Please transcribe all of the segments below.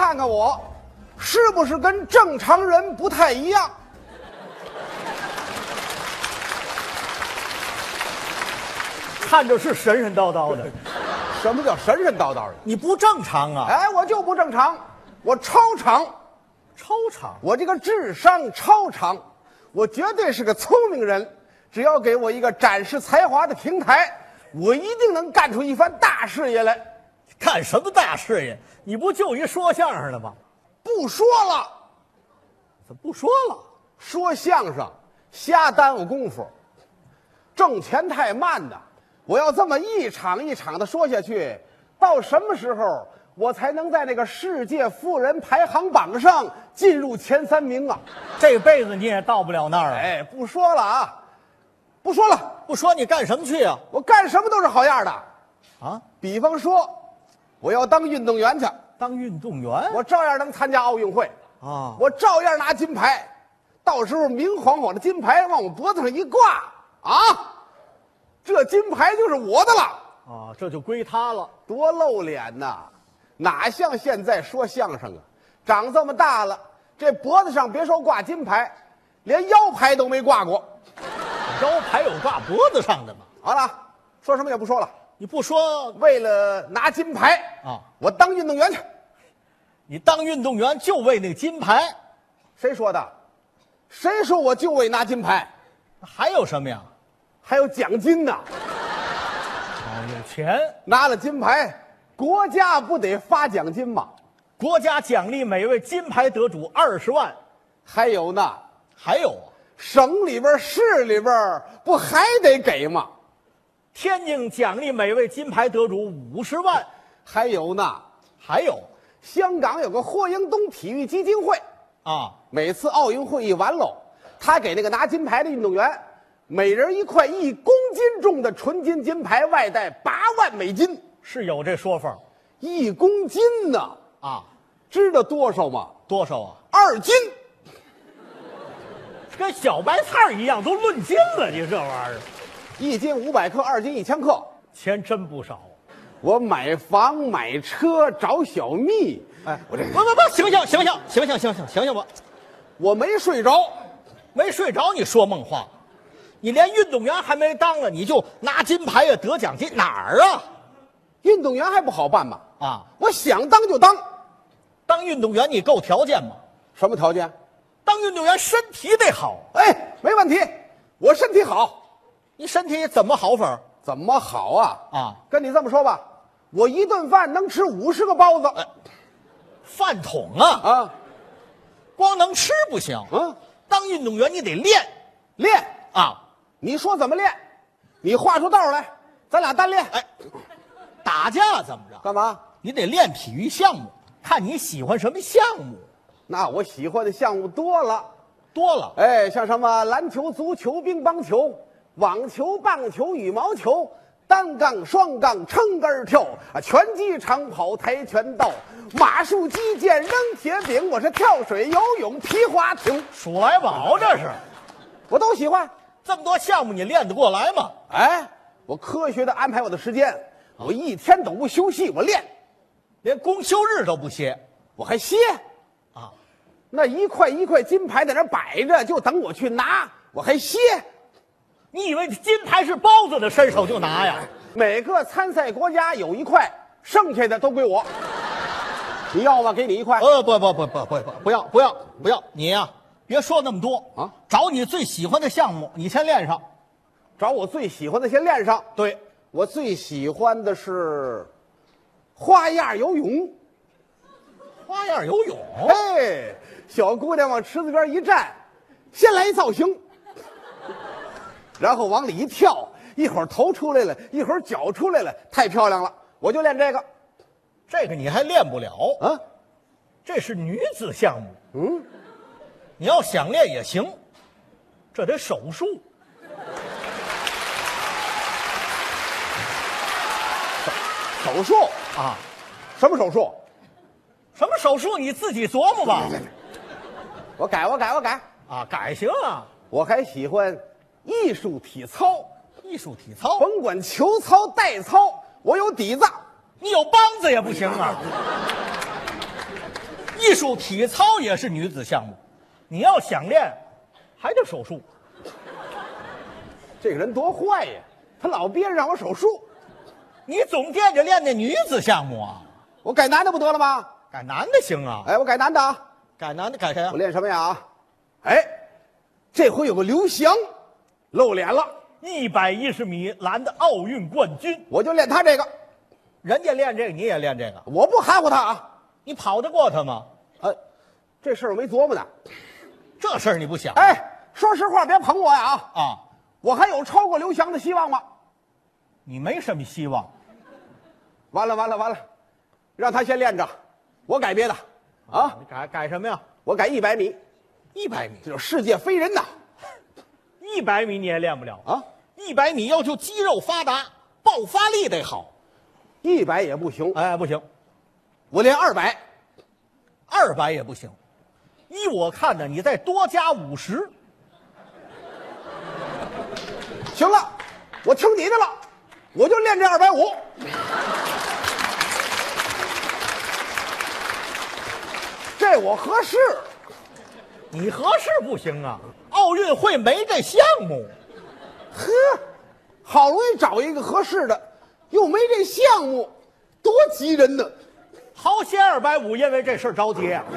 看看我，是不是跟正常人不太一样？ 看着是神神叨叨的， 什么叫神神叨叨的？ 你不正常啊！ 哎，我就不正常，我超常， 超常。 我这个智商超常，我绝对是个聪明人。只要给我一个展示才华的平台，我一定能干出一番大事业来。 干什么大事业？你不就一说相声的吗？ 不说了， 怎么不说了？ 说相声瞎耽误功夫，挣钱太慢的。我要这么一场一场的说下去，到什么时候我才能在那个世界富人排行榜上进入前3名啊？ 这辈子你也到不了那儿了。 哎，不说了啊，不说了， 不说你干什么去啊？ 我干什么都是好样的啊！ 比方说，我要当运动员去， 当运动员， 我照样能参加奥运会啊！ 我照样拿金牌，到时候明晃晃的金牌往我脖子上一挂啊！这金牌就是我的了啊，这就归他了， 多露脸呐！哪像现在说相声啊？长这么大了，这脖子上别说挂金牌，连腰牌都没挂过。 腰牌有挂脖子上的吗？ 好了，说什么也不说了。 你不说， 为了拿金牌啊， 我当运动员去。 你当运动员就为那个金牌？ 谁说的？谁说我就为拿金牌？ 还有什么呀？ 还有奖金呢。 有钱， 拿了金牌，国家不得发奖金吗？ 国家奖励每位金牌得主20万。 还有呢， 还有啊， 省里边、市里边不还得给吗？ 天津奖励每位金牌得主50万。 还有呢， 还有， 香港有个霍英东体育基金会啊， 每次奥运会一完喽，他给那个拿金牌的运动员，每人一块1公斤重的纯金金牌，外带8万美金。 是有这说法。 1公斤呢？ 啊， 知道多少吗？ 多少啊 ？2斤。 跟小白菜一样，都论斤了。你这玩意儿 ，1斤500克，2斤1000克， 钱真不少。 我买房买车找小蜜， 哎， 我这不，行吧， 我没睡着， 没睡着，你说梦话，你连运动员还没当了，你就拿金牌呀，得奖金哪儿啊？ 运动员还不好办吗？ 啊， 我想当就当， 当运动员你够条件吗？ 什么条件？ 当运动员身体得好。 哎，没问题，我身体好。 你身体怎么好法？ 怎么好啊？ 啊， 跟你这么说吧，我一顿饭能吃50个包子。 饭桶啊！ 啊， 光能吃不行。当运动员你得练啊！ 你说怎么练？你画出道来，咱俩单练。 哎，打架怎么着？ 干嘛？ 你得练体育项目，看你喜欢什么项目。 那我喜欢的项目多了。哎，像什么篮球、足球、乒乓球、网球、棒球、羽毛球、单杠、双杠、撑杆跳啊，拳击、长跑、跆拳道、马术、击剑、扔铁饼，我是跳水、游泳、皮划艇、 数来宝，这是我都喜欢。 这么多项目，你练得过来吗？ 哎，我科学的安排我的时间，我一天都不休息，我练， 连公休日都不歇， 我还歇啊。 那一块一块金牌在那摆着，就等我去拿，我还歇。 你以为金牌是包子的，伸手就拿呀？ 每个参赛国家有一块，剩下的都归我。你要吗？给你一块。 不要，你呀，别说那么多啊！ 找你最喜欢的项目，你先练上。 找我最喜欢的先练上。 对， 我最喜欢的是花样游泳。 花样游泳？ 哎，小姑娘往池子边一站，先来一造型，然后往里一跳，一会儿头出来了，一会儿脚出来了，太漂亮了。我就练这个。 这个你还练不了啊？ 这是女子项目。你要想练也行，这得手术。 手术啊？ 什么手术？ 什么手术？你自己琢磨吧。 我改啊，改行啊。 我还喜欢艺术体操。 艺术体操， 甭管球操、带操，我有底子。 你有梆子也不行啊。 艺术体操也是女子项目，你要想练，还得手术。 这个人多坏呀！他老憋着让我手术， 你总惦着练那女子项目啊？ 我改男的不得了吗？ 改男的行啊？ 哎，我改男的啊！ 改男的改谁啊我？练什么呀？哎，这回有个刘翔露脸了， 110米栏的奥运冠军， 我就练他这个， 人家练这个，你也练这个， 我不含糊他啊！ 你跑得过他吗？ 这事儿我没琢磨呢。 这事儿你不想？ 哎，说实话，别捧我呀啊！ 啊， 我还有超过刘翔的希望吗？ 你没什么希望。 完了，让他先练着，我改别的啊！ 你改什么呀我改100米， ？100米， 这就是世界飞人呐 100米你也练不了啊 ！100米要求肌肉发达，爆发力得好。 ！100也不行， 哎，不行我练200， ，200也不行。依我看呢，你再多加50。 行了，我听你的了，我就练这250。这我合适， 你合适不行啊！奥运会没这项目。 呵，好容易找一个合适的，又没这项目，多急人呢！ 好险250，因为这事儿着急啊。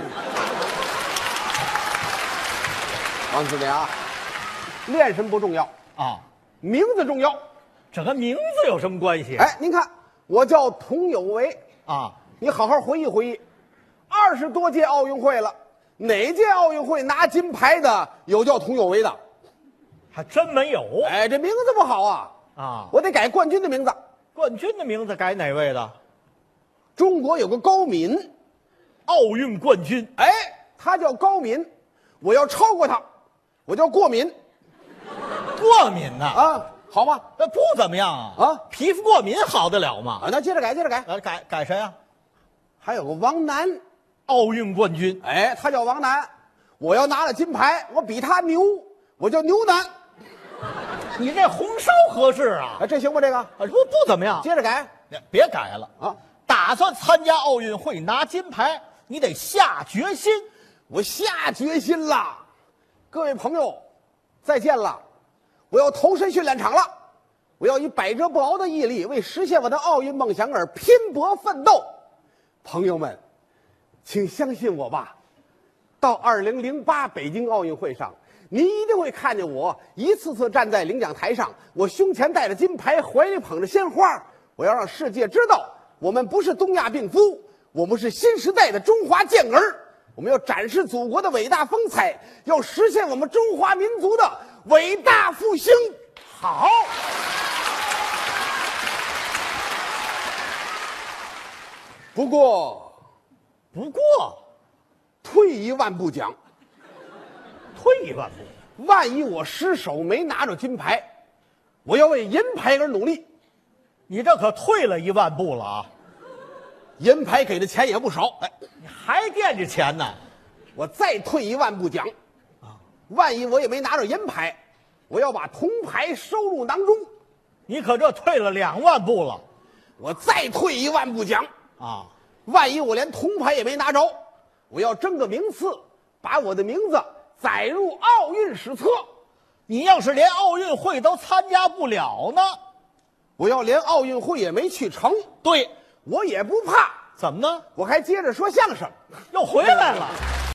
王子明啊，练什么不重要， 啊， 名字重要。 这跟名字有什么关系？ 哎，您看，我叫佟有为， 啊， 你好好回忆回忆，20多届奥运会了，哪届奥运会拿金牌的有叫佟有为的？ 还真没有。 哎，这名字不好啊！ 啊， 我得改冠军的名字。 冠军的名字改哪位的？ 中国有个高敏， 奥运冠军。 哎，他叫高敏，我要超过他，我叫过敏过敏呐？ 啊，好吧？ 那不怎么样啊。 啊， 皮肤过敏好得了吗？ 啊，那接着改，接着改。 改谁啊？ 还有个王楠， 奥运冠军。 哎，他叫王楠，我要拿了金牌，我比他牛，我叫牛楠。 你这红烧合适啊？ 哎，这行不？这个不怎么样。 接着改别改了啊！ 打算参加奥运会拿金牌，你得下决心。 我下决心了，各位朋友，再见了！我要投身训练场了，我要以百折不挠的毅力为实现我的奥运梦想而拼搏奋斗。朋友们，请相信我吧，到2008北京奥运会上，您一定会看见我一次次站在领奖台上，我胸前带着金牌，怀里捧着鲜花。我要让世界知道，我们不是东亚病夫，我们是新时代的中华健儿。我们要展示祖国的伟大风采，要实现我们中华民族的伟大复兴。 好， 不过退一万步讲， 退一万步， 万一我失手没拿着金牌，我要为银牌而努力。 你这可退了1万步了啊！ 银牌给的钱也不少，哎， 你还惦着钱呢？ 我再退一万步讲，万一我也没拿着银牌，我要把铜牌收入囊中。 你可这退了2万步了我再退一万步讲， 啊！ 万一我连铜牌也没拿着，我要争个名次，把我的名字载入奥运史册。 你要是连奥运会都参加不了呢？ 我要连奥运会也没去成， 对， 我也不怕， 怎么呢？ 我还接着说相声。 又回来了。